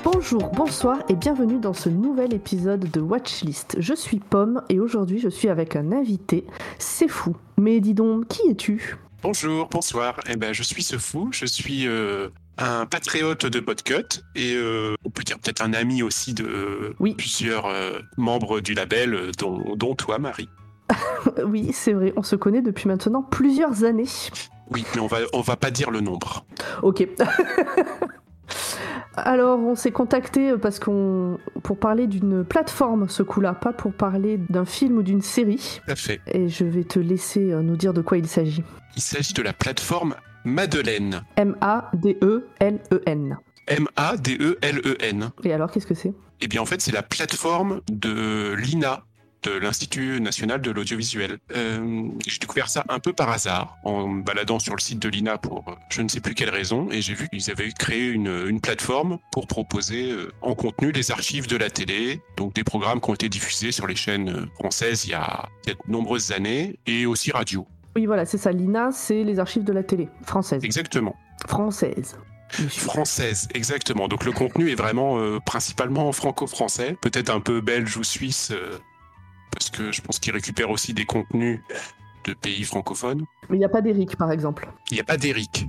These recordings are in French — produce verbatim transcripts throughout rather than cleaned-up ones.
Bonjour, bonsoir et bienvenue dans ce nouvel épisode de Watchlist. Je suis Pomme et aujourd'hui je suis avec un invité, C'est Fou. Mais dis donc, qui es-tu ? Bonjour, bonsoir. Eh ben, je suis Ce Fou, je suis euh, un patriote de Podcut et euh, on peut dire peut-être un ami aussi de Oui. plusieurs euh, membres du label, dont, dont toi, Marie. Oui, c'est vrai, on se connaît depuis maintenant plusieurs années. Oui, mais on va, on va pas dire le nombre. Ok. Alors, on s'est contacté parce qu'on pour parler d'une plateforme ce coup-là, pas pour parler d'un film ou d'une série. Tout à fait. Et je vais te laisser nous dire de quoi il s'agit. Il s'agit de la plateforme Madeleine. M A D E L E N. M A D E L E N. Et alors, qu'est-ce que c'est ? Eh bien, en fait, c'est la plateforme de l'I N A, de l'Institut National de l'Audiovisuel. Euh, j'ai découvert ça un peu par hasard, en me baladant sur le site de l'I N A pour euh, je ne sais plus quelle raison, et j'ai vu qu'ils avaient créé une, une plateforme pour proposer euh, en contenu les archives de la télé, donc des programmes qui ont été diffusés sur les chaînes françaises il y a, il y a de nombreuses années, et aussi radio. Oui, voilà, c'est ça. L'I N A, c'est les archives de la télé française. Exactement. Française. Française, exactement. Donc le contenu est vraiment euh, principalement franco-français, peut-être un peu belge ou suisse, euh, parce que je pense qu'ils récupèrent aussi des contenus de pays francophones. Mais il n'y a pas d'Eric, par exemple. Il n'y a pas d'Eric.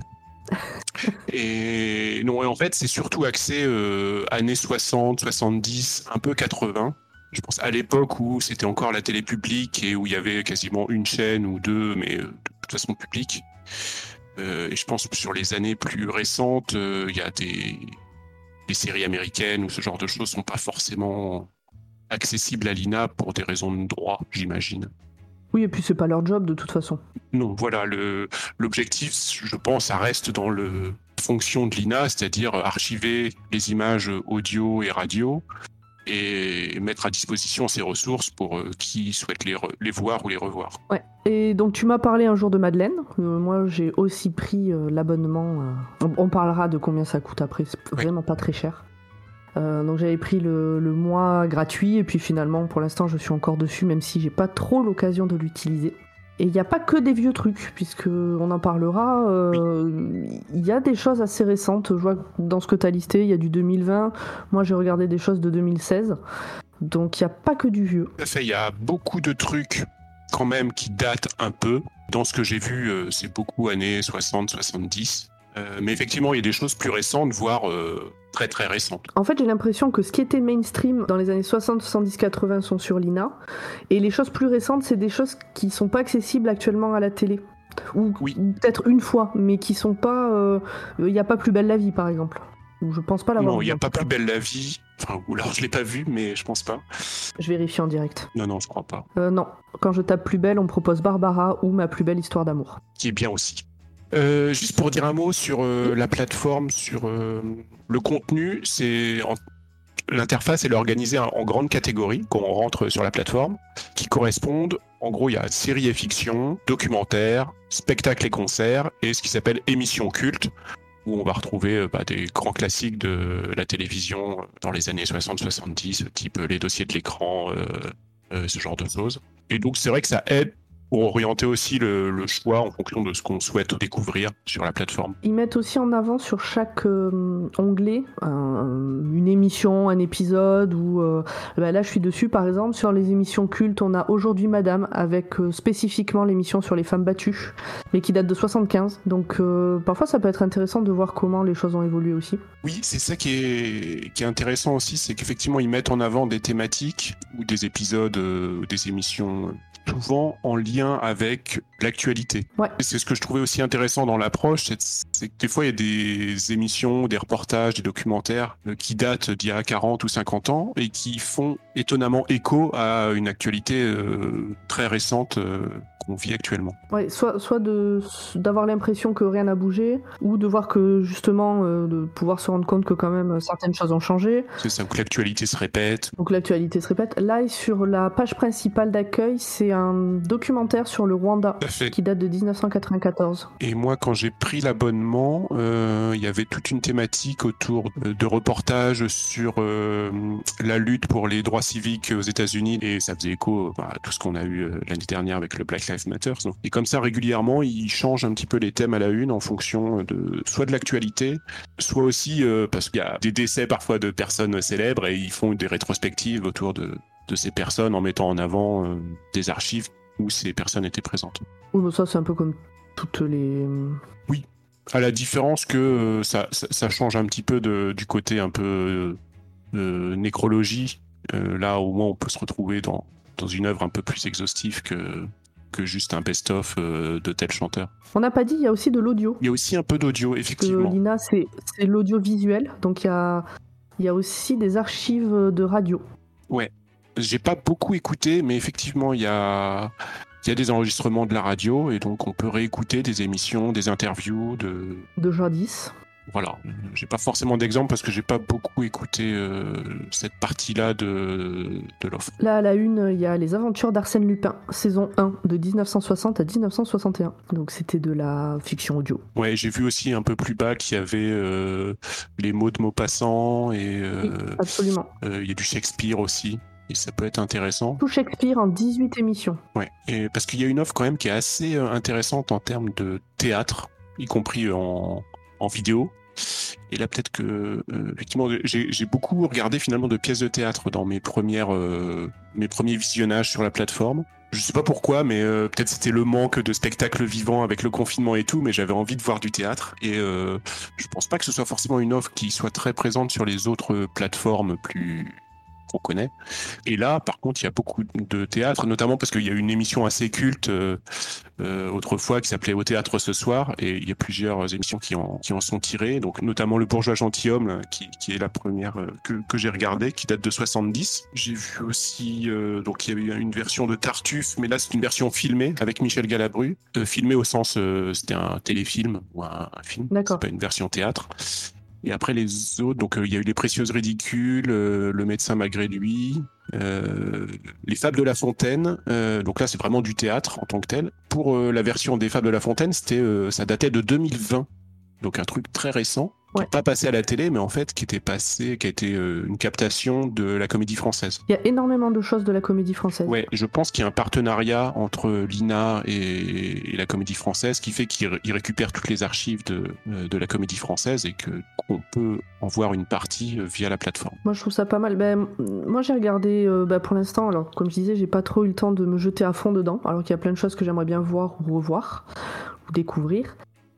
Et non, et en fait, c'est surtout axé euh, années soixante, soixante-dix, un peu quatre-vingts. Je pense à l'époque où c'était encore la télé publique et où il y avait quasiment une chaîne ou deux, mais euh, de toute façon publique. Euh, et je pense que sur les années plus récentes, il euh, y a des, des séries américaines où ce genre de choses sont pas forcément accessibles à l'I N A pour des raisons de droit, j'imagine. Oui, et puis c'est pas leur job de toute façon. Non, voilà, le, l'objectif, je pense, ça reste dans le fonction de l'I N A, c'est-à-dire archiver les images audio et radio et mettre à disposition ces ressources pour euh, qui souhaite les, re- les voir ou les revoir. Ouais. Et donc tu m'as parlé un jour de Madeleine. Euh, moi, j'ai aussi pris euh, l'abonnement. Euh... On, on parlera de combien ça coûte après. C'est Oui. Vraiment pas très cher. Euh, donc j'avais pris le, le mois gratuit et puis finalement, pour l'instant, je suis encore dessus, même si j'ai pas trop l'occasion de l'utiliser. Et il n'y a pas que des vieux trucs, puisqu'on en parlera. Il euh, oui. y a des choses assez récentes. Je vois que dans ce que tu as listé, il y a du deux mille vingt. Moi, j'ai regardé des choses de deux mille seize. Donc, il n'y a pas que du vieux. Tout à fait, il y a beaucoup de trucs quand même qui datent un peu. Dans ce que j'ai vu, euh, c'est beaucoup années soixante, soixante-dix. Euh, mais effectivement, il y a des choses plus récentes, voire euh, très très récentes. En fait, j'ai l'impression que ce qui était mainstream dans les années soixante, soixante-dix, quatre-vingts sont sur l'I N A. Et les choses plus récentes, c'est des choses qui ne sont pas accessibles actuellement à la télé. Ou oui. peut-être une fois, mais qui sont pas... Il euh, n'y a pas Plus belle la vie, par exemple. Ou je pense pas l'avoir Non, vu. il n'y a pas Plus belle la vie. Enfin, ou alors je l'ai pas vu, mais je pense pas. Je vérifie en direct. Non, non, je crois pas. Euh, non, quand je tape Plus belle, on me propose Barbara ou Ma plus belle histoire d'amour. Qui est bien aussi. Euh, juste pour dire un mot sur euh, la plateforme, sur euh, le contenu, c'est en... l'interface elle est organisée en, en grandes catégories quand on rentre sur la plateforme, qui correspondent, en gros il y a séries et fiction, documentaires, spectacles et concerts, et ce qui s'appelle émissions cultes, où on va retrouver euh, bah, des grands classiques de la télévision dans les années soixante soixante-dix, type Les dossiers de l'écran, euh, euh, ce genre de choses. Et donc c'est vrai que ça aide pour orienter aussi le, le choix en fonction de ce qu'on souhaite découvrir sur la plateforme. Ils mettent aussi en avant sur chaque euh, onglet un, une émission, un épisode, ou euh, bah là je suis dessus par exemple, sur les émissions cultes, on a Aujourd'hui Madame, avec euh, spécifiquement l'émission sur les femmes battues, mais qui date de soixante-quinze, donc euh, parfois ça peut être intéressant de voir comment les choses ont évolué aussi. Oui, c'est ça qui est, qui est intéressant aussi, c'est qu'effectivement ils mettent en avant des thématiques, ou des épisodes, euh, des émissions... souvent en lien avec l'actualité. Ouais. C'est ce que je trouvais aussi intéressant dans l'approche, c'est, c'est que des fois il y a des émissions, des reportages, des documentaires euh, qui datent d'il y a quarante ou cinquante ans et qui font étonnamment écho à une actualité euh, très récente euh, qu'on vit actuellement. Ouais, soit, soit de, d'avoir l'impression que rien n'a bougé, ou de voir que justement, euh, de pouvoir se rendre compte que quand même certaines choses ont changé. C'est ça, que l'actualité se répète. Donc l'actualité se répète. Là, sur la page principale d'accueil, c'est un documentaire documentaire sur le Rwanda qui date de dix-neuf cent quatre-vingt-quatorze. Et moi, quand j'ai pris l'abonnement, euh, il y avait toute une thématique autour de reportages sur euh, la lutte pour les droits civiques aux États-Unis, et ça faisait écho bah, à tout ce qu'on a eu euh, l'année dernière avec le Black Lives Matter. Et comme ça, régulièrement, ils changent un petit peu les thèmes à la une en fonction de soit de l'actualité, soit aussi euh, parce qu'il y a des décès parfois de personnes célèbres et ils font des rétrospectives autour de, de ces personnes en mettant en avant euh, des archives où ces personnes étaient présentes. Oui, mais ça c'est un peu comme toutes les... Oui, à la différence que euh, ça, ça, ça change un petit peu de, du côté un peu euh, nécrologie. Euh, là, au moins, on peut se retrouver dans, dans une œuvre un peu plus exhaustive que, que juste un best-of euh, de tel chanteur. On n'a pas dit, il y a aussi de l'audio. Il y a aussi un peu d'audio, effectivement. Parce que l'I N A, c'est, c'est l'audiovisuel, donc il y a, il y a aussi des archives de radio. Ouais, j'ai pas beaucoup écouté, mais effectivement, il y a... Il y a des enregistrements de la radio et donc on peut réécouter des émissions, des interviews de... De jadis. Voilà, j'ai pas forcément d'exemple parce que j'ai pas beaucoup écouté euh, cette partie-là de, de l'offre. Là, à la une, il y a Les Aventures d'Arsène Lupin, saison un, de dix-neuf cent soixante à dix-neuf cent soixante et un. Donc c'était de la fiction audio. Ouais, j'ai vu aussi un peu plus bas qu'il y avait euh, les mots de Maupassant et... Euh, oui, absolument. Euh, il y a du Shakespeare aussi. Et ça peut être intéressant. Tout Shakespeare en dix-huit émissions. Ouais, et parce qu'il y a une offre quand même qui est assez intéressante en termes de théâtre, y compris en, en vidéo. Et là, peut-être que, euh, effectivement, j'ai, j'ai beaucoup regardé finalement de pièces de théâtre dans mes premières, euh, mes premiers visionnages sur la plateforme. Je sais pas pourquoi, mais euh, peut-être c'était le manque de spectacles vivants avec le confinement et tout, mais j'avais envie de voir du théâtre. Et euh, je pense pas que ce soit forcément une offre qui soit très présente sur les autres plateformes plus qu'on connaît. Et là, par contre, il y a beaucoup de théâtre, notamment parce qu'il y a une émission assez culte euh, euh, autrefois qui s'appelait Au théâtre ce soir, et il y a plusieurs émissions qui en, qui en sont tirées, donc notamment Le bourgeois gentilhomme, là, qui, qui est la première euh, que, que j'ai regardée, qui date de soixante-dix. J'ai vu aussi, euh, donc il y avait une version de Tartuffe, mais là c'est une version filmée avec Michel Galabru, euh, filmée au sens, euh, c'était un téléfilm ou un, un film, D'accord. C'est pas une version théâtre. Et après les autres, donc il euh, y a eu Les Précieuses Ridicules, euh, Le médecin malgré lui, euh, Les Fables de La Fontaine. Euh, donc là, c'est vraiment du théâtre en tant que tel. Pour euh, la version des Fables de La Fontaine, c'était, euh, ça datait de deux mille vingt, donc un truc très récent. Ouais. Qui n'est pas passé à la télé, mais en fait qui était passé, qui a été euh, une captation de la Comédie Française. Il y a énormément de choses de la Comédie Française. Ouais, je pense qu'il y a un partenariat entre l'I N A et, et la Comédie Française qui fait qu'ils ré- récupèrent toutes les archives de, de la Comédie Française et que qu'on peut en voir une partie via la plateforme. Moi, je trouve ça pas mal. Ben, moi, j'ai regardé, euh, ben, pour l'instant, alors comme je disais, j'ai pas trop eu le temps de me jeter à fond dedans, alors qu'il y a plein de choses que j'aimerais bien voir ou revoir ou découvrir.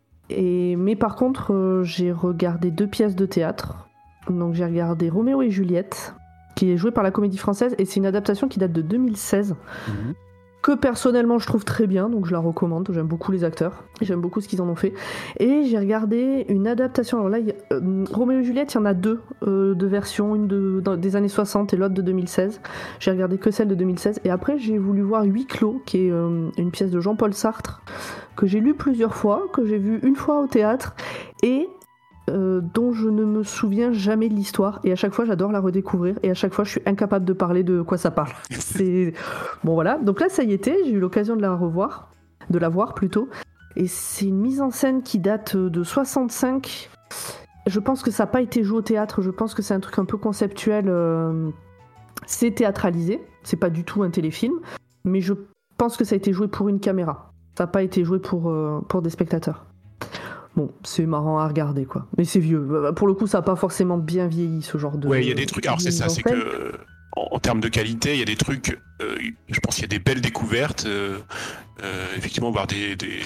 Et, mais par contre, euh, j'ai regardé deux pièces de théâtre. Donc j'ai regardé Roméo et Juliette, qui est joué par la Comédie Française, et c'est une adaptation qui date de deux mille seize, mmh. que personnellement je trouve très bien, donc je la recommande. J'aime beaucoup les acteurs, j'aime beaucoup ce qu'ils en ont fait. Et j'ai regardé une adaptation, alors là, y a, euh, Roméo et Juliette, il y en a deux euh, de versions, une de, dans, des années soixante et l'autre de deux mille seize. J'ai regardé que celle de deux mille seize, et après j'ai voulu voir Huis clos, qui est euh, une pièce de Jean-Paul Sartre, que j'ai lu plusieurs fois, que j'ai vu une fois au théâtre, et euh, dont je ne me souviens jamais de l'histoire. Et à chaque fois, j'adore la redécouvrir, et à chaque fois, je suis incapable de parler de quoi ça parle. C'est... Bon voilà, donc là, ça y était, j'ai eu l'occasion de la revoir, de la voir plutôt, et c'est une mise en scène qui date de soixante-cinq. Je pense que ça n'a pas été joué au théâtre, je pense que c'est un truc un peu conceptuel, euh... c'est théâtralisé, c'est pas du tout un téléfilm, mais je pense que ça a été joué pour une caméra. Ça n'a pas été joué pour, euh, pour des spectateurs. Bon, c'est marrant à regarder, quoi. Mais c'est vieux. Pour le coup, ça n'a pas forcément bien vieilli, ce genre de... Ouais, il y a des trucs... Alors, c'est ça, c'est que... En, en termes de qualité, il y a des trucs... Euh, je pense qu'il y a des belles découvertes. Euh, euh, effectivement, voir des, des,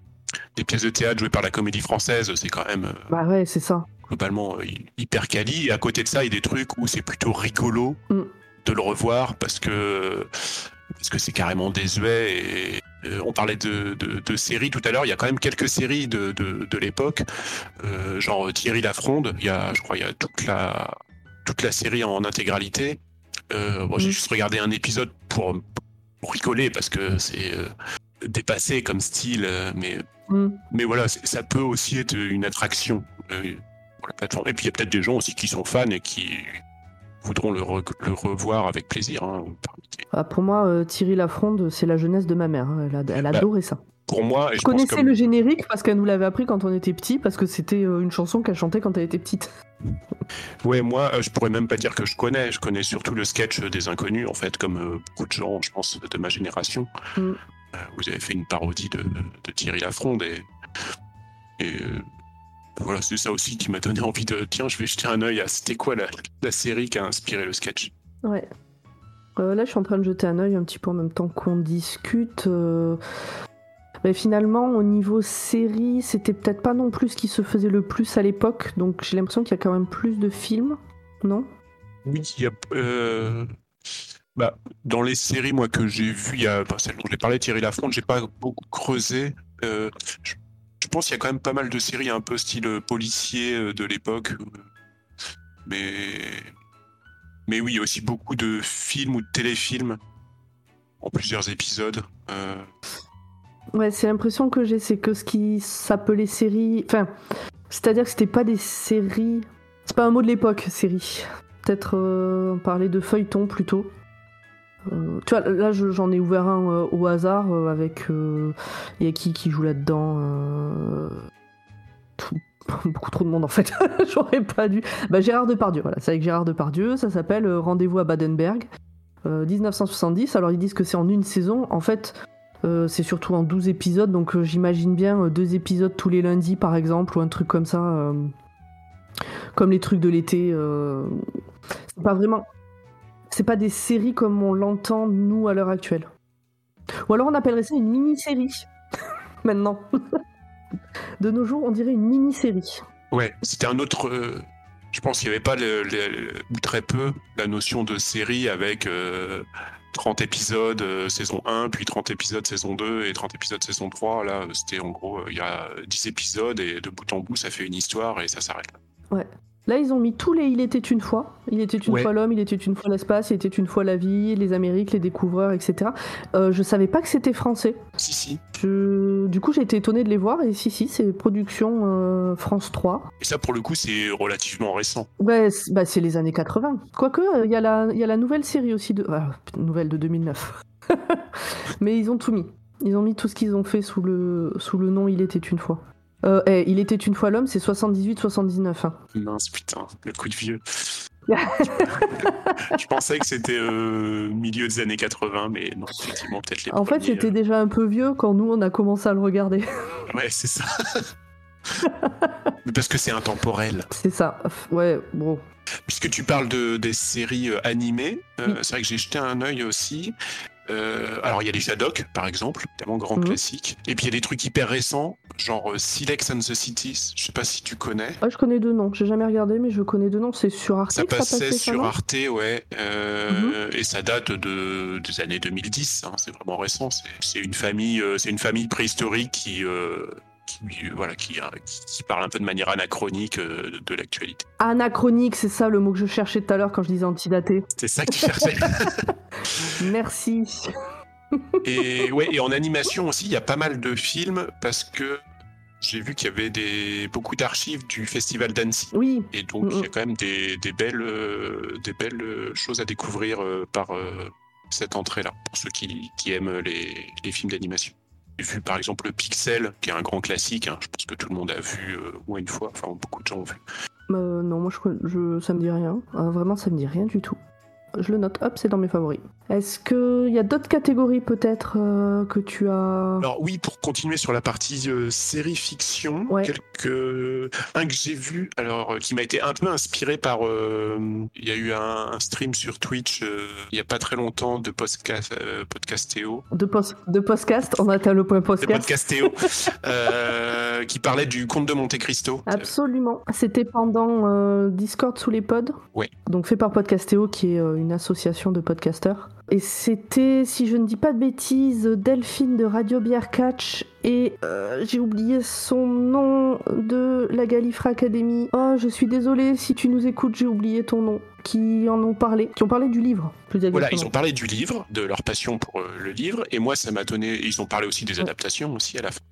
des pièces de théâtre jouées par la Comédie Française, c'est quand même... Euh, bah ouais, c'est ça. Globalement, euh, hyper quali. Et à côté de ça, il y a des trucs où c'est plutôt rigolo mm. de le revoir, parce que... Parce que c'est carrément désuet et... Euh, on parlait de, de, de séries tout à l'heure, il y a quand même quelques séries de, de, de l'époque, euh, genre Thierry Lafronde, il y a, je crois il y a toute la, toute la série en intégralité. Euh, bon, mmh. J'ai juste regardé un épisode pour, pour rigoler parce que c'est euh, dépassé comme style, mais, mmh. mais voilà, ça peut aussi être une attraction euh, pour la plateforme. Et puis il y a peut-être des gens aussi qui sont fans et qui, voudront le, re- le revoir avec plaisir. Hein. Ah, pour moi, euh, Thierry Lafronde, c'est la jeunesse de ma mère. hein. Elle, a, elle Bah, adorait ça. Pour moi, et Je je pense connaissais comme... le générique parce qu'elle nous l'avait appris quand on était petit, parce que c'était euh, une chanson qu'elle chantait quand elle était petite. Ouais, moi, euh, je pourrais même pas dire que je connais. Je connais surtout le sketch des Inconnus, en fait, comme euh, beaucoup de gens, je pense, de ma génération. Mm. Euh, vous avez fait une parodie de, de Thierry Lafronde et, et euh, voilà, c'est ça aussi qui m'a donné envie de tiens, je vais jeter un œil à c'était quoi la, la série qui a inspiré le sketch. Ouais. Euh, là, je suis en train de jeter un œil un petit peu en même temps qu'on discute. Euh... Mais finalement, au niveau série, c'était peut-être pas non plus ce qui se faisait le plus à l'époque, donc j'ai l'impression qu'il y a quand même plus de films, non ? Oui, il y a. Euh... Bah, dans les séries, moi, que j'ai vues, il y a bah, celle dont j'ai parlé, Thierry Lafronde, j'ai pas beaucoup creusé. Euh, je, je pense qu'il y a quand même pas mal de séries un peu style euh, policier euh, de l'époque. euh, Mais. Mais oui, il y a aussi beaucoup de films ou de téléfilms en plusieurs épisodes. Euh, Ouais, c'est l'impression que j'ai, c'est que ce qui s'appelait série... Enfin, c'est-à-dire que c'était pas des séries... C'est pas un mot de l'époque, série. Peut-être euh, parler de feuilleton plutôt. Euh, tu vois, là je- j'en ai ouvert un euh, au hasard euh, avec... Il y a qui qui joue là-dedans euh, tout- Beaucoup trop de monde en fait. J'aurais pas dû... Bah, Gérard Depardieu, voilà. C'est avec Gérard Depardieu. Ça s'appelle euh, Rendez-vous à Baden-Berg. Euh, dix-neuf cent soixante-dix. Alors ils disent que c'est en une saison. En fait... Euh, c'est surtout en douze épisodes, donc euh, j'imagine bien euh, deux épisodes tous les lundis par exemple, ou un truc comme ça, euh, comme les trucs de l'été. Euh, c'est pas vraiment. C'est pas des séries comme on l'entend nous à l'heure actuelle. Ou alors on appellerait ça une mini-série, maintenant. De nos jours, on dirait une mini-série. Ouais, c'était un autre. euh, Je pense qu'il n'y avait pas, le, le- ou très peu, la notion de série avec euh, trente épisodes euh, saison un, puis trente épisodes saison deux et trente épisodes saison trois. Là, c'était en gros, euh, il y a dix épisodes et de bout en bout, ça fait une histoire et ça s'arrête là. Ouais. Là, ils ont mis tous les Il était une fois. Il était une Ouais. fois l'homme, il était une fois l'espace, il était une fois la vie, les Amériques, les découvreurs, et cetera. Euh, je savais pas que c'était français. Si, si. Je... Du coup, j'ai été étonnée de les voir, et si, si, c'est production euh, France trois. Et ça, pour le coup, c'est relativement récent. Ouais, c'est, bah, c'est les années quatre-vingts. Quoique, il y, a la- y a la nouvelle série aussi, de... ah, nouvelle de deux mille neuf. Mais ils ont tout mis. Ils ont mis tout ce qu'ils ont fait sous le, sous le nom Il était une fois. Euh, eh, Il était une fois l'homme, c'est soixante-dix-huit soixante-dix-neuf. Hein. Mince, putain, le coup de vieux. Je pensais que c'était euh, milieu des années quatre-vingts, mais non, effectivement, peut-être les En fait, premiers, c'était euh, déjà un peu vieux quand nous, on a commencé à le regarder. Ouais, c'est ça. Mais parce que c'est intemporel. C'est ça. Ouais, bon. Puisque tu parles de, des séries euh, animées, euh, Oui. c'est vrai que j'ai jeté un œil aussi. Euh, alors, il y a les Shadok, par exemple, tellement grand Mhm. classique. Et puis, il y a des trucs hyper récents, genre euh, Silex and the Cities. Je sais pas si tu connais. Ah, je connais deux noms. J'ai jamais regardé, mais je connais deux noms. C'est sur Arte Ça que ça passait passait, ça, sur non Arte, ouais. Euh, Et ça date de, des années deux mille dix. Hein, c'est vraiment récent. C'est, c'est une famille, euh, c'est une famille préhistorique qui, euh, qui, euh, voilà, qui, euh, qui, qui parle un peu de manière anachronique euh, de l'actualité. Anachronique, c'est ça le mot que je cherchais tout à l'heure quand je disais antidaté. C'est ça que tu cherchais. Merci. Et ouais, et en animation aussi, il y a pas mal de films parce que j'ai vu qu'il y avait des, beaucoup d'archives du Festival d'Annecy. Oui. Et donc, il y a Mhm. quand même des, des belles, euh, des belles euh, choses à découvrir euh, par euh, cette entrée-là, pour ceux qui, qui aiment les, les films d'animation. J'ai vu par exemple le Pixel, qui est un grand classique, hein, je pense que tout le monde a vu euh, au moins une fois, enfin beaucoup de gens ont vu. Euh, non, moi, je, je, ça me dit rien. Euh, vraiment, ça me dit rien du tout. Je le note, hop, c'est dans mes favoris. Est-ce qu'il y a d'autres catégories peut-être euh, que tu as... Alors oui, pour continuer sur la partie euh, série-fiction, Ouais. quelques... un que j'ai vu, alors euh, qui m'a été un peu inspiré par... euh, Il y a eu un, un stream sur Twitch euh, il n'y a pas très longtemps de podcast, euh, Podcastéo. De, post, de podcast, on atteint le point De podcast. Podcastéo, euh, qui parlait du Comte de Monte Cristo. Absolument. C'était pendant euh, Discord sous les pods. Ouais. Donc fait par Podcastéo, qui est euh, une association de podcasteurs. Et c'était, si je ne dis pas de bêtises, Delphine de Radio Bière Catch et euh, j'ai oublié son nom de la Gallifrey Academy. Oh, je suis désolée si tu nous écoutes, j'ai oublié ton nom. Qui en ont parlé, qui ont parlé du livre, plus exactement. Voilà, ils ont parlé du livre, de leur passion pour euh, le livre, et moi ça m'a donné... Ils ont parlé aussi des Ouais. adaptations aussi à la fin.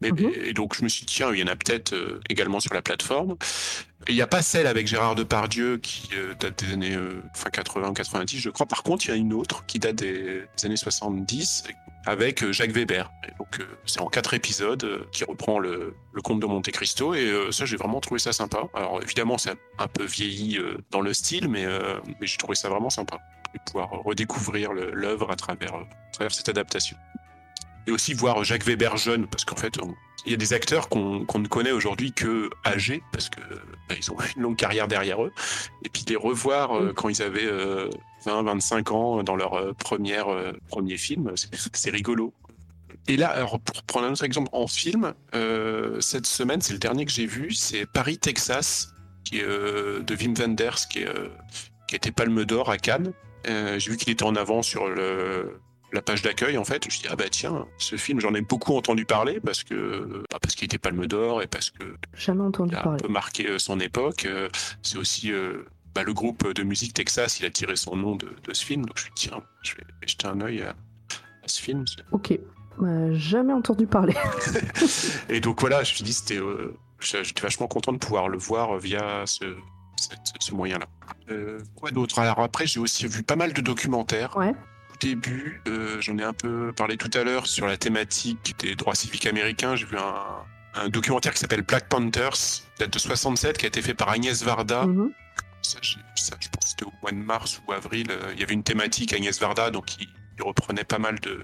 Et, Mhm. et donc je me suis dit, tiens, il y en a peut-être euh, également sur la plateforme. Il n'y a pas celle avec Gérard Depardieu qui euh, date des années euh, fin quatre-vingts ou quatre-vingt-dix, je crois. Par contre, il y a une autre qui date des, des années soixante-dix avec euh, Jacques Weber. Et donc, euh, c'est en quatre épisodes euh, qui reprend le, le Comte de Monte Cristo. Et euh, ça, j'ai vraiment trouvé ça sympa. Alors, évidemment, c'est un peu vieilli euh, dans le style, mais, euh, mais j'ai trouvé ça vraiment sympa. De pouvoir redécouvrir le, l'œuvre à travers, euh, à travers cette adaptation. Et aussi voir Jacques Weber jeune, parce qu'en fait, on, il y a des acteurs qu'on, qu'on ne connaît aujourd'hui que âgés, parce que bah, ils ont une longue carrière derrière eux. Et puis les revoir euh, quand ils avaient euh, vingt, vingt-cinq ans dans leur euh, première, euh, premier film, c'est, c'est rigolo. Et là, alors, pour prendre un autre exemple en film, euh, cette semaine, c'est le dernier que j'ai vu, c'est Paris, Texas, qui est, euh, de Wim Wenders, qui, est, euh, qui a été Palme d'Or à Cannes. Euh, j'ai vu qu'il était en avant sur le... la page d'accueil, en fait. Je me suis dit, ah bah tiens, ce film, j'en ai beaucoup entendu parler parce que bah parce qu'il était Palme d'Or et parce que Jamais entendu il a parler. un peu marqué son époque. C'est aussi euh, bah, le groupe de musique Texas, il a tiré son nom de, de ce film. Donc je me suis dit, tiens, je vais jeter un œil à, à ce film. Ok, euh, jamais entendu parler. Et donc voilà, je me suis dit, c'était, euh, j'étais vachement content de pouvoir le voir via ce, cette, ce moyen-là. Euh, quoi d'autre? Alors après, j'ai aussi vu pas mal de documentaires. Ouais. Début, euh, j'en ai un peu parlé tout à l'heure sur la thématique des droits civiques américains. J'ai vu un, un documentaire qui s'appelle Black Panthers, qui date de soixante-sept, qui a été fait par Agnès Varda. Mm-hmm. Ça, j'ai vu ça, je pense que c'était au mois de mars ou avril. Euh, il y avait une thématique Agnès Varda, donc il, il reprenait pas mal de,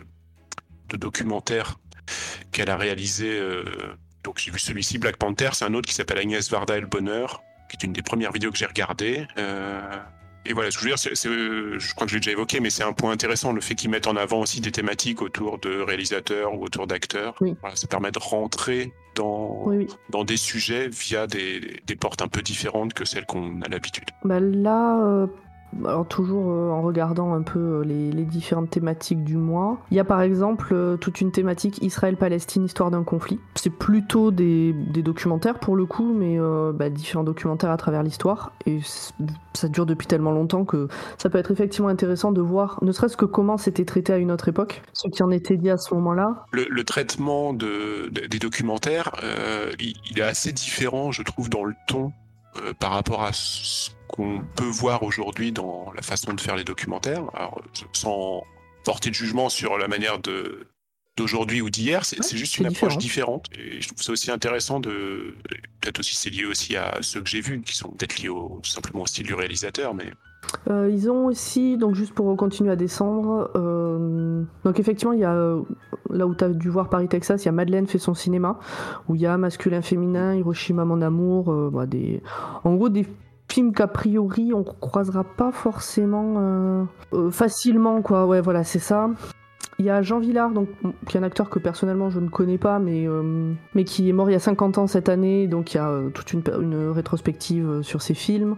de documentaires qu'elle a réalisés. Euh, donc j'ai vu celui-ci, Black Panther. C'est un autre qui s'appelle Agnès Varda et le bonheur, qui est une des premières vidéos que j'ai regardées. Euh, Et voilà, ce que je veux dire, c'est, c'est, je crois que je l'ai déjà évoqué, mais c'est un point intéressant, le fait qu'ils mettent en avant aussi des thématiques autour de réalisateurs ou autour d'acteurs. Oui. Voilà, ça permet de rentrer dans, Oui, oui. dans des sujets via des, des portes un peu différentes que celles qu'on a l'habitude. Bah là, euh, alors toujours euh, en regardant un peu euh, les, les différentes thématiques du mois, il y a par exemple euh, toute une thématique Israël-Palestine, histoire d'un conflit. C'est plutôt des, des documentaires pour le coup, mais euh, bah, différents documentaires à travers l'histoire. Et ça dure depuis tellement longtemps que ça peut être effectivement intéressant de voir, ne serait-ce que comment c'était traité à une autre époque, ce qui en était dit à ce moment-là. Le, le traitement de, de, des documentaires, euh, il, il est assez différent, je trouve, dans le ton euh, par rapport à ce qu'on peut voir aujourd'hui dans la façon de faire les documentaires. Alors, sans porter de jugement sur la manière de, d'aujourd'hui ou d'hier, c'est, Ouais, c'est juste c'est une différent. approche différente. Et je trouve ça aussi intéressant de... Peut-être aussi c'est lié aussi à ceux que j'ai vus, qui sont peut-être liés au, simplement au style du réalisateur, mais... Euh, ils ont aussi, donc juste pour continuer à descendre, euh, donc effectivement, il y a, euh, là où tu as dû voir Paris, Texas, il y a Madeleine fait son cinéma, où il y a Masculin, Féminin, Hiroshima, Mon Amour, euh, bah, des... en gros des films qu'a priori on croisera pas forcément euh, euh, facilement, quoi, ouais, voilà, c'est ça. Il y a Jean Vilar, donc, qui est un acteur que personnellement je ne connais pas, mais, euh, mais qui est mort il y a cinquante ans cette année, donc il y a euh, toute une, une rétrospective sur ses films.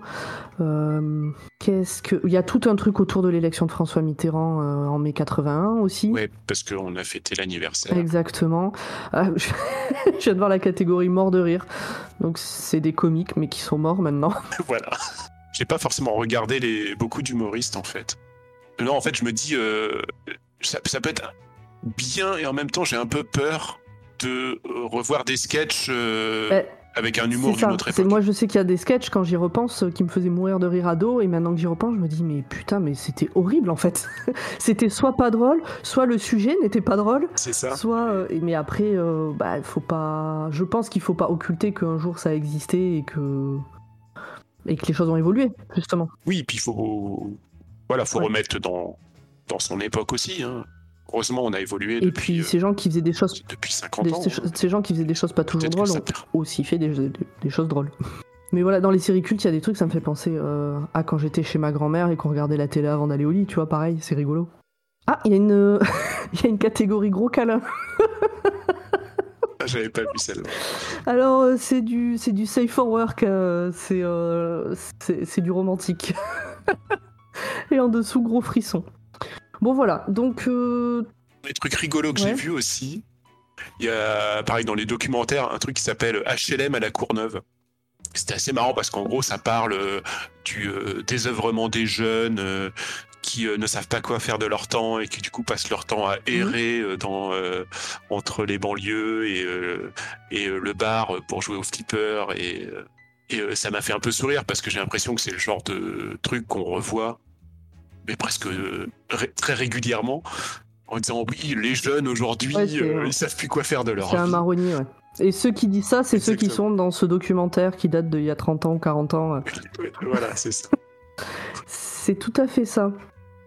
Euh, qu'est-ce que... Il y a tout un truc autour de l'élection de François Mitterrand euh, en mai quatre-vingt-un aussi. Ouais, parce qu'on a fêté l'anniversaire. Exactement. Ah, je... je viens de voir la catégorie mort de rire. Donc c'est des comiques, mais qui sont morts maintenant. Voilà. J'ai pas forcément regardé les... beaucoup d'humoristes, en fait. Non, en fait, je me dis... Euh... Ça, ça peut être bien et en même temps j'ai un peu peur de revoir des sketchs euh, euh, avec un humour d'une autre époque. C'est, moi je sais qu'il y a des sketchs quand j'y repense euh, qui me faisaient mourir de rire ado, et maintenant que j'y repense je me dis mais putain mais c'était horrible en fait. C'était soit pas drôle, soit le sujet n'était pas drôle. C'est ça. Soit, euh, mais après euh, bah, faut pas... je pense qu'il faut pas occulter qu'un jour ça a existé et que... et que les choses ont évolué justement. Oui, puis il faut, voilà, faut ouais. remettre dans... dans son époque aussi. Hein. Heureusement, on a évolué. Et depuis, puis, ces gens qui faisaient des choses. Depuis cinquante des, ans. Ces, hein. ces gens qui faisaient des choses pas toujours Peut-être drôles ont aussi fait des, des, des choses drôles. Mais voilà, dans les séries cultes, il y a des trucs, ça me fait penser euh, à quand j'étais chez ma grand-mère et qu'on regardait la télé avant d'aller au lit, tu vois, pareil, c'est rigolo. Ah, il y a une, il y a une catégorie gros câlin. Ah, j'avais pas vu celle-là. Alors, euh, c'est du, c'est du safe for work, euh, c'est, euh, c'est, c'est du romantique. Et en dessous, gros frisson. Bon voilà, donc... Euh... Les trucs rigolos que ouais. j'ai vus aussi, il y a, pareil, dans les documentaires, un truc qui s'appelle H L M à la Courneuve. C'était assez marrant parce qu'en gros, ça parle euh, du euh, désœuvrement des jeunes euh, qui qui euh, ne savent pas quoi faire de leur temps et qui du coup passent leur temps à errer euh, dans, euh, entre les banlieues et, euh, et euh, le bar pour jouer au flipper. Et, euh, et euh, ça m'a fait un peu sourire parce que j'ai l'impression que c'est le genre de truc qu'on revoit, mais presque euh, ré- très régulièrement, en disant oui, les jeunes aujourd'hui, Ouais, c'est, euh, euh, ils savent plus quoi faire de leur C'est un vie. marronnier, ouais. Et ceux qui disent ça, c'est ceux qui Exactement. sont dans ce documentaire qui date d'il y a trente ans, quarante ans. euh. Voilà, c'est ça. C'est tout à fait ça.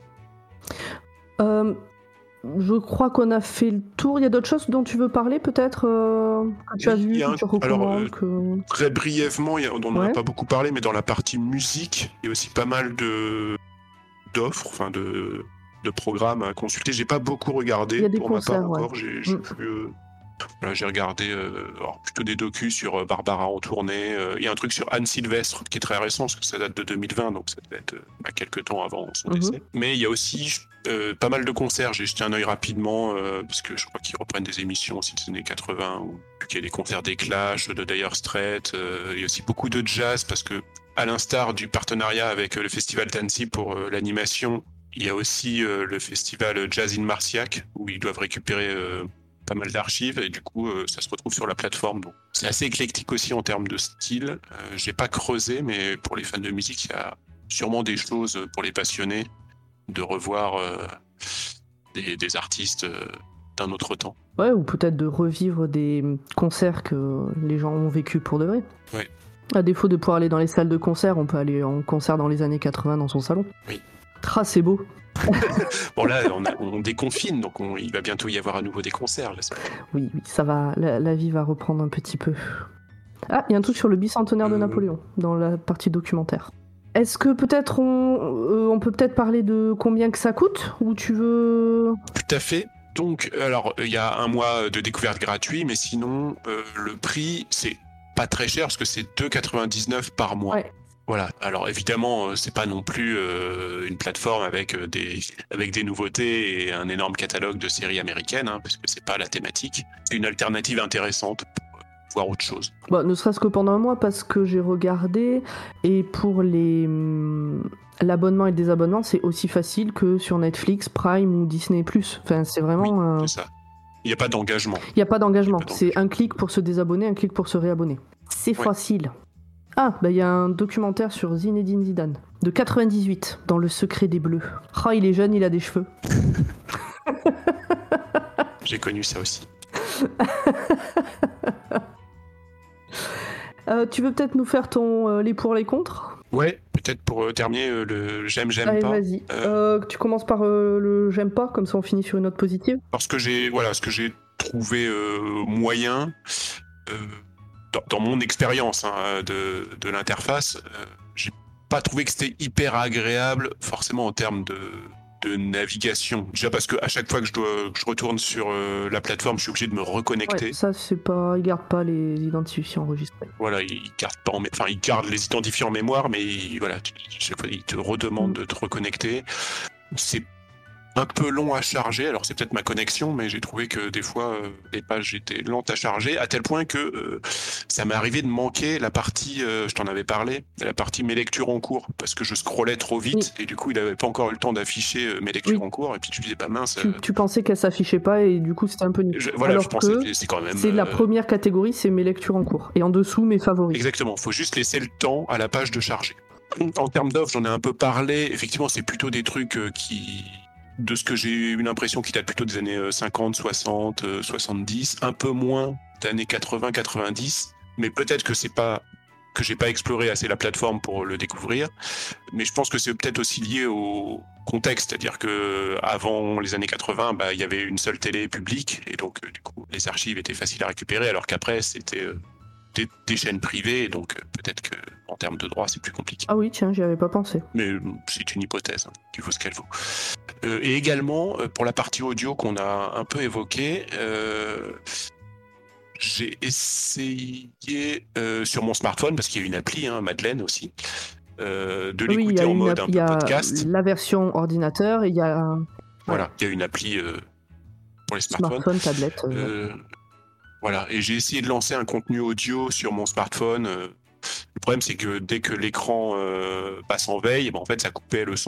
Euh, je crois qu'on a fait le tour. Il y a d'autres choses dont tu veux parler, peut-être, euh, que tu as Il vu, y a que un- tu alors, recommandes euh, que... Très brièvement, il y a- on n'en Ouais. a pas beaucoup parlé, mais dans la partie musique, il y a aussi pas mal de d'offres, enfin de, de programmes à consulter. J'ai pas beaucoup regardé Il y a des pour ma part concerts, ouais. encore. J'ai j'ai Mm. pu, euh, voilà, j'ai regardé euh, alors, plutôt des docus sur euh, Barbara en tournée. Euh, Il y a un truc sur Anne Sylvestre qui est très récent, parce que ça date de deux mille vingt, donc ça devait être euh, à quelques temps avant son Mhm. décès. Mais il y a aussi euh, pas mal de concerts. J'ai jeté un œil rapidement, euh, parce que je crois qu'ils reprennent des émissions aussi des années quatre-vingts, où il y a des concerts des Clash, de Dire Straits. Euh, il y a aussi beaucoup de jazz, parce que à l'instar du partenariat avec euh, le Festival d'Annecy pour euh, l'animation, il y a aussi euh, le festival Jazz in Marciac, où ils doivent récupérer euh, pas mal d'archives, et du coup, euh, ça se retrouve sur la plateforme. Donc, c'est assez éclectique aussi en termes de style. Euh, j'ai pas creusé, mais pour les fans de musique, il y a sûrement des choses pour les passionnés de revoir euh, des, des artistes euh, d'un autre temps. Ouais, ou peut-être de revivre des concerts que les gens ont vécu pour de vrai. Ouais. À défaut de pouvoir aller dans les salles de concert, on peut aller en concert dans les années quatre-vingts dans son salon. Oui. Ah, c'est beau. Bon là, on, a- on déconfine, donc on- il va bientôt y avoir à nouveau des concerts, j'espère. Oui, oui, ça va. La, la vie va reprendre un petit peu. Ah, il y a un truc sur le bicentenaire de Euh. Napoléon dans la partie documentaire. Est-ce que peut-être on, euh, on peut peut-être parler de combien que ça coûte, ou tu veux... Tout à fait. Donc, alors, il y a un mois de découverte gratuit, mais sinon, euh, le prix, c'est pas très cher parce que c'est deux euros quatre-vingt-dix-neuf par mois. Ouais. Voilà. Alors, évidemment, euh, c'est pas non plus euh, une plateforme avec euh, des avec des nouveautés et un énorme catalogue de séries américaines, hein, parce que c'est pas la thématique. C'est une alternative intéressante pour euh, voir autre chose. Bah, ne serait-ce que pendant un mois, parce que j'ai regardé, et pour les hum, l'abonnement et le désabonnement, c'est aussi facile que sur Netflix, Prime ou Disney plus. Enfin, c'est vraiment... C'est ça. Il n'y a pas d'engagement. Il n'y a pas d'engagement. Il y a pas C'est d'engagement. un clic pour se désabonner, un clic pour se réabonner. C'est Ouais. facile. Ah, bah il y a un documentaire sur Zinedine Zidane, de quatre-vingt-dix-huit, dans Le Secret des Bleus. Ah, il est jeune, il a des cheveux. J'ai connu ça aussi. Euh, tu veux peut-être nous faire ton euh, les pour les contre? Ouais, peut-être pour euh, terminer euh, le j'aime, j'aime Allez, pas. vas-y. Euh, Euh, tu commences par euh, le j'aime pas, comme ça on finit sur une note positive. Parce que j'ai voilà, ce que j'ai trouvé euh, moyen euh, dans, dans mon expérience hein, de, de l'interface, euh, j'ai pas trouvé que c'était hyper agréable forcément en termes de, de navigation. Déjà parce que à chaque fois que je dois que je retourne sur euh, la plateforme, je suis obligé de me reconnecter. Ouais, ça c'est pas, ils gardent pas les identifiants enregistrés. Voilà, il garde pas en mé- enfin il garde les identifiants en mémoire, mais il, voilà, tu- chaque fois il te redemande Mm. de te reconnecter. C'est un peu long à charger, alors c'est peut-être ma connexion, mais j'ai trouvé que des fois euh, les pages étaient lentes à charger, à tel point que euh, ça m'est arrivé de manquer la partie, euh, je t'en avais parlé, la partie mes lectures en cours, parce que je scrollais trop vite, et du coup il n'avait pas encore eu le temps d'afficher euh, mes lectures Oui. en cours, et puis tu disais pas mince. Tu, euh, tu pensais qu'elle s'affichait pas et du coup c'était un peu nul. je- voilà, Alors je pensais que que c'est quand même. c'est la euh, première catégorie, c'est mes lectures en cours. Et en dessous, mes favoris. Exactement, faut juste laisser le temps à la page de charger. En termes d'offres, j'en ai un peu parlé. Effectivement, c'est plutôt des trucs euh, qui, de ce que j'ai eu l'impression, qui datent plutôt des années euh, cinquante, soixante, euh, soixante-dix, un peu moins d'années quatre-vingts, quatre-vingt-dix. Mais peut-être que c'est pas que j'ai pas exploré assez la plateforme pour le découvrir. Mais je pense que c'est peut-être aussi lié au contexte, c'est-à-dire que avant les années quatre-vingts, bah, il y avait une seule télé publique et donc euh, du coup les archives étaient faciles à récupérer, alors qu'après c'était euh, des, des chaînes privées, et donc euh, peut-être que en termes de droit c'est plus compliqué. Ah oui, tiens, j'y avais pas pensé. Mais euh, c'est une hypothèse hein, qui vaut ce qu'elle vaut. Euh, et également euh, pour la partie audio qu'on a un peu évoquée. Euh, j'ai essayé euh, sur mon smartphone, parce qu'il y a une appli, hein, Madeleine aussi, euh, de Oui, il y l'écouter a, en une mode app- un il peu y a podcast. la version ordinateur et il y a un Voilà, il y a une appli euh, pour les smartphones. smartphone, tablette. euh, Euh, voilà, et j'ai essayé de lancer un contenu audio sur mon smartphone. euh, Le problème, c'est que dès que l'écran euh, passe en veille, ben, en fait, ça coupait le son. Donc,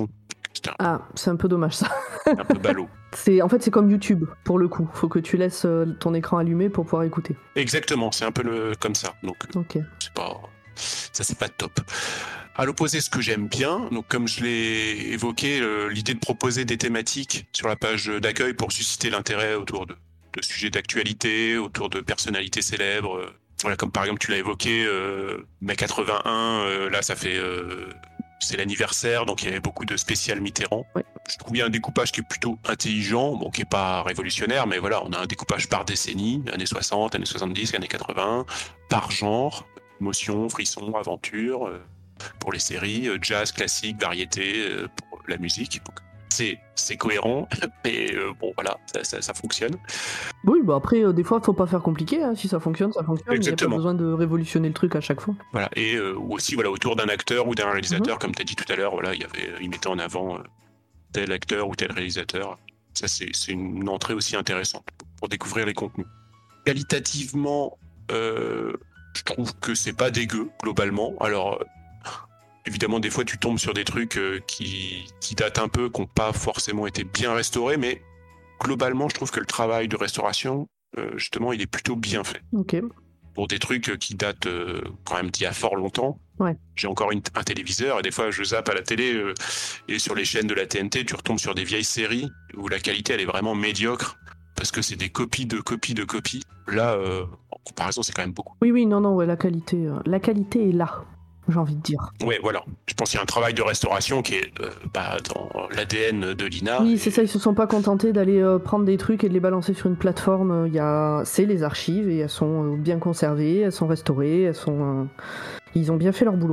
C'était un, Ah, c'est un peu dommage ça. un peu ballot. C'est, en fait, c'est comme YouTube, pour le coup. Faut que tu laisses euh, ton écran allumé pour pouvoir écouter. Exactement, c'est un peu le, comme ça. Donc, Ok. c'est pas, ça, c'est pas top. À l'opposé, ce que j'aime bien, donc comme je l'ai évoqué, euh, l'idée de proposer des thématiques sur la page d'accueil pour susciter l'intérêt autour de, de sujets d'actualité, autour de personnalités célèbres. Euh, voilà, comme par exemple, tu l'as évoqué, euh, mai quatre-vingt-un, euh, là, ça fait... Euh, c'est l'anniversaire, donc il y avait beaucoup de spécial Mitterrand. Ouais. Je trouve qu'il y a un découpage qui est plutôt intelligent, bon, qui est pas révolutionnaire, mais voilà, on a un découpage par décennie, années soixante, années soixante-dix, années quatre-vingts, par genre, émotion, frisson, aventure, euh, pour les séries, euh, jazz, classique, variété, euh, pour la musique. Donc, c'est, c'est cohérent, mais euh, bon, voilà, ça, ça, ça fonctionne. Oui, bah après, euh, des fois, faut pas faire compliqué. Hein. Si ça fonctionne, ça fonctionne. Il n'y a pas Exactement. besoin de révolutionner le truc à chaque fois. Voilà, et euh, aussi voilà, autour d'un acteur ou d'un réalisateur, mm-hmm. comme tu as dit tout à l'heure, voilà, il, y avait, il mettait en avant euh, tel acteur ou tel réalisateur. Ça, c'est, c'est une entrée aussi intéressante pour découvrir les contenus. Qualitativement, euh, je trouve que c'est pas dégueu, globalement. Alors, euh, évidemment, des fois, tu tombes sur des trucs euh, qui, qui datent un peu, qui n'ont pas forcément été bien restaurés, mais globalement, je trouve que le travail de restauration, euh, justement, il est plutôt bien fait. Ok. Pour des trucs qui datent euh, quand même d'il y a fort longtemps. Ouais. J'ai encore une, un téléviseur et des fois je zappe à la télé euh, et sur les chaînes de la T N T, tu retombes sur des vieilles séries où la qualité elle est vraiment médiocre parce que c'est des copies de copies de copies. Là, euh, en comparaison, c'est quand même beaucoup. Oui, oui, non, non, ouais, la qualité, euh, la qualité est là. J'ai envie de dire. Ouais, voilà. Je pense qu'il y a un travail de restauration qui est euh, bah, dans l'A D N de l'I N A. Oui, et... c'est ça, ils se sont pas contentés d'aller euh, prendre des trucs et de les balancer sur une plateforme. Il y a... C'est les archives et elles sont euh, bien conservées, elles sont restaurées, elles sont... Euh... Ils ont bien fait leur boulot.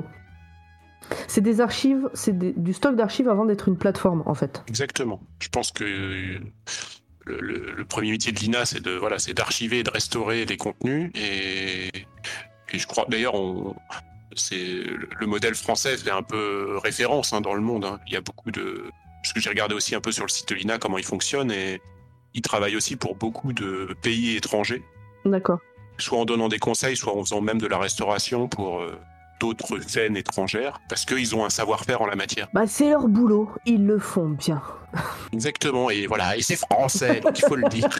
C'est des archives, c'est des... du stock d'archives avant d'être une plateforme, en fait. Exactement. Je pense que euh, le, le, le premier métier de l'I N A, c'est, de, voilà, c'est d'archiver et de restaurer les contenus. Et, et je crois, d'ailleurs, on... c'est le modèle français fait un peu référence hein, dans le monde. Hein. Il y a beaucoup de... Parce que j'ai regardé aussi un peu sur le site de l'I N A comment il fonctionne et il travaille aussi pour beaucoup de pays étrangers. D'accord. Soit en donnant des conseils, soit en faisant même de la restauration pour euh, d'autres chaînes étrangères, parce qu'ils ont un savoir-faire en la matière. Bah c'est leur boulot, ils le font bien. Exactement, et voilà, et c'est français, donc il faut le dire.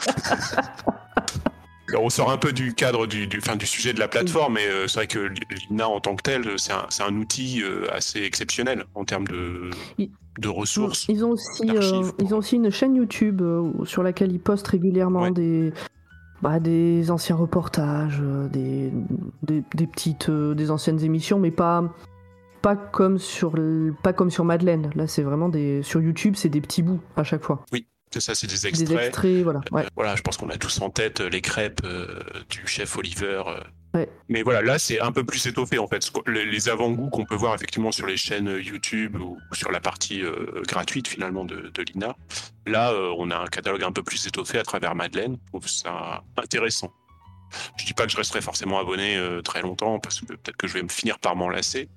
Alors, on sort un peu du cadre du, du, fin, du sujet de la plateforme, mais euh, c'est vrai que l'I N A en tant que tel, c'est un, c'est un outil euh, assez exceptionnel en termes de, ils, de ressources. Ils ont, aussi, euh, ils ont aussi une chaîne YouTube euh, sur laquelle ils postent régulièrement ouais. des, bah, des anciens reportages, euh, des, des, des petites, euh, des anciennes émissions, mais pas, pas, comme sur, pas comme sur Madeleine. Là, c'est vraiment des, sur YouTube, c'est des petits bouts à chaque fois. Oui. C'est ça, c'est des extraits. Des extraits, voilà. Ouais. Euh, voilà, je pense qu'on a tous en tête les crêpes euh, du chef Oliver. Euh. Ouais. Mais voilà, là, c'est un peu plus étoffé, en fait. Les, les avant-goûts qu'on peut voir, effectivement, sur les chaînes YouTube ou sur la partie euh, gratuite, finalement, de, de l'I N A. Là, euh, on a un catalogue un peu plus étoffé à travers Madeleine. Je trouve ça intéressant. Je dis pas que je resterai forcément abonné euh, très longtemps, parce que peut-être que je vais me finir par m'en lasser.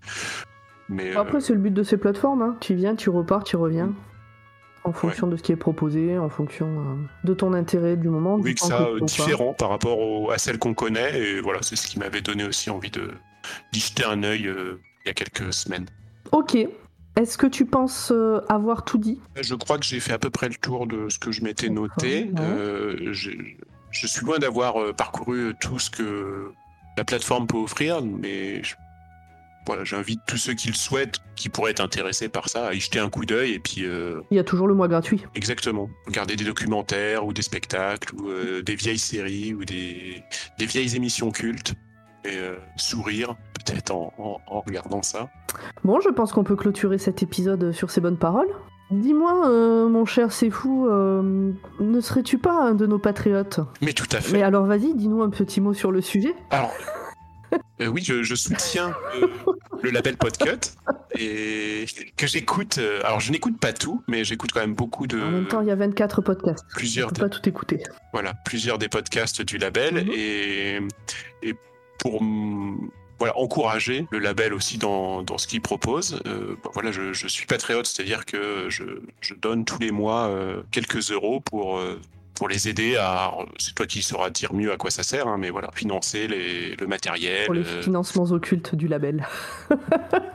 Mais, Après, euh... c'est le but de ces plateformes. Hein. Tu viens, tu repars, tu reviens. Mmh. En fonction ouais. de ce qui est proposé, en fonction euh, de ton intérêt du moment. Oui, que ça euh, différent par rapport au, à celle qu'on connaît. Et voilà, c'est ce qui m'avait donné aussi envie de, d'y jeter un œil euh, il y a quelques semaines. Ok. Est-ce que tu penses euh, avoir tout dit ? Je crois que j'ai fait à peu près le tour de ce que je m'étais noté. Ouais. Euh, je suis loin d'avoir euh, parcouru tout ce que la plateforme peut offrir, mais... Je... Voilà, j'invite tous ceux qui le souhaitent, qui pourraient être intéressés par ça, à y jeter un coup d'œil et puis... Euh... Il y a toujours le mois gratuit. Exactement. Regarder des documentaires ou des spectacles ou euh, des vieilles séries ou des, des vieilles émissions cultes et euh, sourire peut-être en, en, en regardant ça. Bon, je pense qu'on peut clôturer cet épisode sur ces bonnes paroles. Dis-moi, euh, mon cher C'est Fou, euh, ne serais-tu pas un de nos patriotes ? Mais tout à fait. Mais alors vas-y, dis-nous un petit mot sur le sujet. Alors... Euh, oui, je, je soutiens euh, le label Podcut et que j'écoute. Euh, alors, je n'écoute pas tout, mais j'écoute quand même beaucoup de. En même temps, il y a vingt-quatre podcasts. Plusieurs. Je peux pas tout écouter. Voilà, plusieurs des podcasts du label mm-hmm. et et pour voilà encourager le label aussi dans dans ce qu'il propose. Euh, bon, voilà, je, je suis patriote, c'est-à-dire que je je donne tous les mois euh, quelques euros pour. Euh, pour les aider à... C'est toi qui sauras dire mieux à quoi ça sert, hein, mais voilà, financer les, le matériel. Pour les financements euh... occultes du label. Voilà.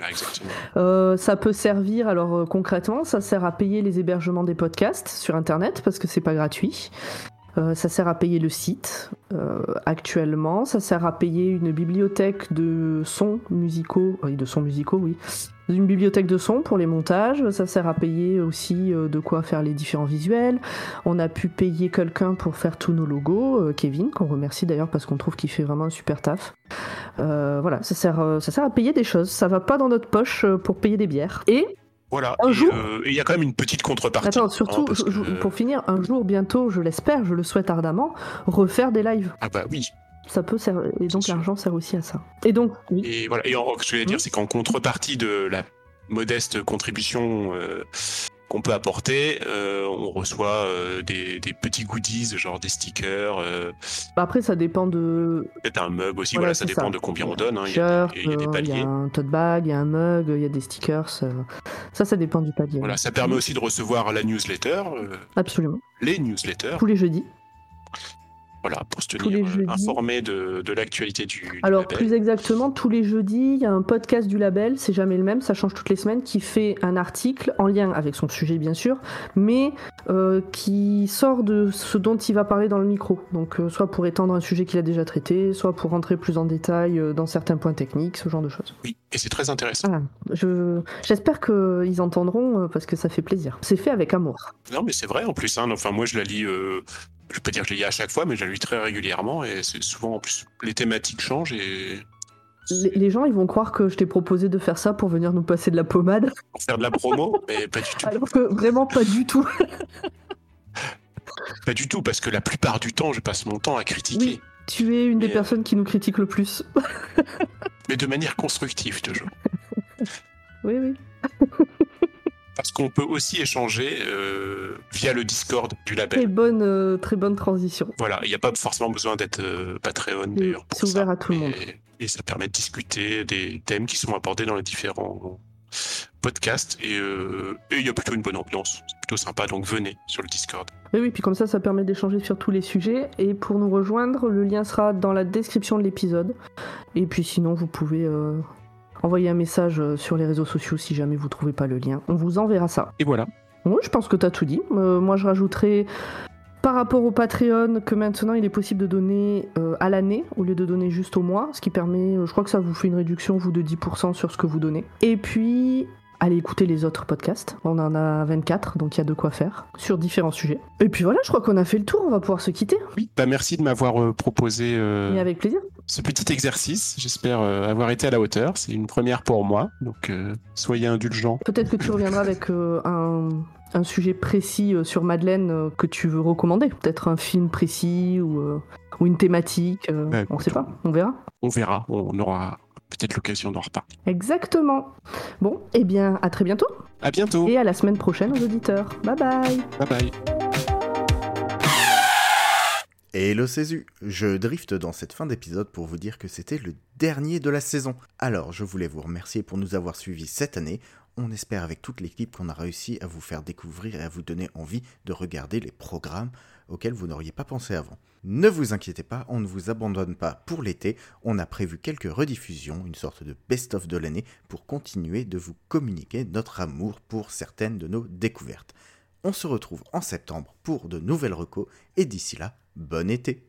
Voilà, exactement. Euh, ça peut servir, alors euh, concrètement, ça sert à payer les hébergements des podcasts sur Internet parce que c'est pas gratuit. Euh, ça sert à payer le site euh, actuellement. Ça sert à payer une bibliothèque de sons musicaux, oui, de sons musicaux, oui. Une bibliothèque de sons pour les montages. Ça sert à payer aussi euh, de quoi faire les différents visuels. On a pu payer quelqu'un pour faire tous nos logos, euh, Kevin, qu'on remercie d'ailleurs parce qu'on trouve qu'il fait vraiment un super taf. Euh, voilà, ça sert, euh, ça sert à payer des choses. Ça va pas dans notre poche euh, pour payer des bières. Et Voilà, un et jour... euh, et il y a quand même une petite contrepartie. Attends, surtout, hein, parce je- je- que- pour finir, un jour bientôt, je l'espère, je le souhaite ardemment, refaire des lives. Ah bah oui. Ça peut servir, et donc C'est sûr. l'argent sert aussi à ça. Et donc, oui. Et voilà. Et en, ce que je voulais dire, Mmh. c'est qu'en contrepartie de la modeste contribution euh, qu'on peut apporter, euh, on reçoit euh, des, des petits goodies, genre des stickers, euh, Bah après, ça dépend de. peut-être un mug aussi. Voilà, Voilà, ça c'est dépend ça. de combien Il y on a donne. un hein, Il y a des- t-shirt, il y a des euh, il y a paliers. un tote bag, il y a un mug, il y a des stickers. euh, Ça, ça dépend du palier. Voilà, ça permet aussi de recevoir la newsletter, euh, Absolument. les newsletters, Tous les jeudis. voilà, pour se tous les tenir euh, jeudis. informé de, de l'actualité du, du Alors, label. plus exactement, tous les jeudis, il y a un podcast du label, c'est jamais le même, ça change toutes les semaines, qui fait un article en lien avec son sujet, bien sûr, mais euh, qui sort de ce dont il va parler dans le micro. Donc, euh, soit pour étendre un sujet qu'il a déjà traité, soit pour rentrer plus en détail euh, dans certains points techniques, ce genre de choses. Oui, et c'est très intéressant. Voilà. Je... J'espère qu'ils entendront, euh, parce que ça fait plaisir. C'est fait avec amour. Non, mais c'est vrai en plus. Hein. Enfin, moi, je la lis. Euh, je vais pas dire que je la lis à chaque fois, mais je la lis très régulièrement. Et c'est souvent en plus les thématiques changent et Les, les gens, ils vont croire que je t'ai proposé de faire ça pour venir nous passer de la pommade, pour faire de la promo, mais pas du tout. alors que vraiment pas du tout. Pas du tout, parce que la plupart du temps, je passe mon temps à critiquer, Oui. Tu es une des Mais, personnes qui nous critiquent le plus. mais de manière constructive toujours. Oui, oui. Parce qu'on peut aussi échanger euh, via le Discord du label. Très bonne, euh, très bonne transition. Voilà, il n'y a pas forcément besoin d'être euh, Patreon Oui, d'ailleurs. pour c'est ouvert ça. à tout le Et- monde. Et ça permet de discuter des thèmes qui sont abordés dans les différents podcasts. Et euh, et il y a plutôt une bonne ambiance. C'est plutôt sympa, donc venez sur le Discord. Oui, oui, puis comme ça, ça permet d'échanger sur tous les sujets. Et pour nous rejoindre, le lien sera dans la description de l'épisode. Et puis sinon, vous pouvez euh, envoyer un message euh, sur les réseaux sociaux si jamais vous trouvez pas le lien. On vous enverra ça. Et voilà. Oui, je pense que tu as tout dit. Euh, moi, je rajouterai par rapport au Patreon que maintenant il est possible de donner euh, à l'année au lieu de donner juste au mois, ce qui permet, euh, je crois que ça vous fait une réduction, vous, de dix pour cent sur ce que vous donnez. Et puis, allez écouter les autres podcasts. On en a vingt-quatre, donc il y a de quoi faire sur différents sujets. Et puis voilà, je crois qu'on a fait le tour, on va pouvoir se quitter. Oui, bah merci de m'avoir euh, proposé euh, Et avec plaisir. ce petit exercice. J'espère euh, avoir été à la hauteur. C'est une première pour moi, donc euh, soyez indulgents. Peut-être que tu reviendras avec euh, un, un sujet précis euh, sur Madeleine euh, que tu veux recommander. Peut-être un film précis ou, euh, ou une thématique. euh, Bah, on écoute, sait pas, on verra. On verra, on aura peut-être l'occasion d'en reparler. Exactement. Bon, eh bien, à très bientôt. À bientôt. Et à la semaine prochaine aux auditeurs. Bye bye. Bye bye. Hello Césu, je drifte dans cette fin d'épisode pour vous dire que c'était le dernier de la saison. Alors je voulais vous remercier pour nous avoir suivis cette année. On espère avec toute l'équipe qu'on a réussi à vous faire découvrir et à vous donner envie de regarder les programmes auxquels vous n'auriez pas pensé avant. Ne vous inquiétez pas, on ne vous abandonne pas pour l'été, on a prévu quelques rediffusions, une sorte de best-of de l'année pour continuer de vous communiquer notre amour pour certaines de nos découvertes. On se retrouve en septembre pour de nouvelles recos et d'ici là, bon été.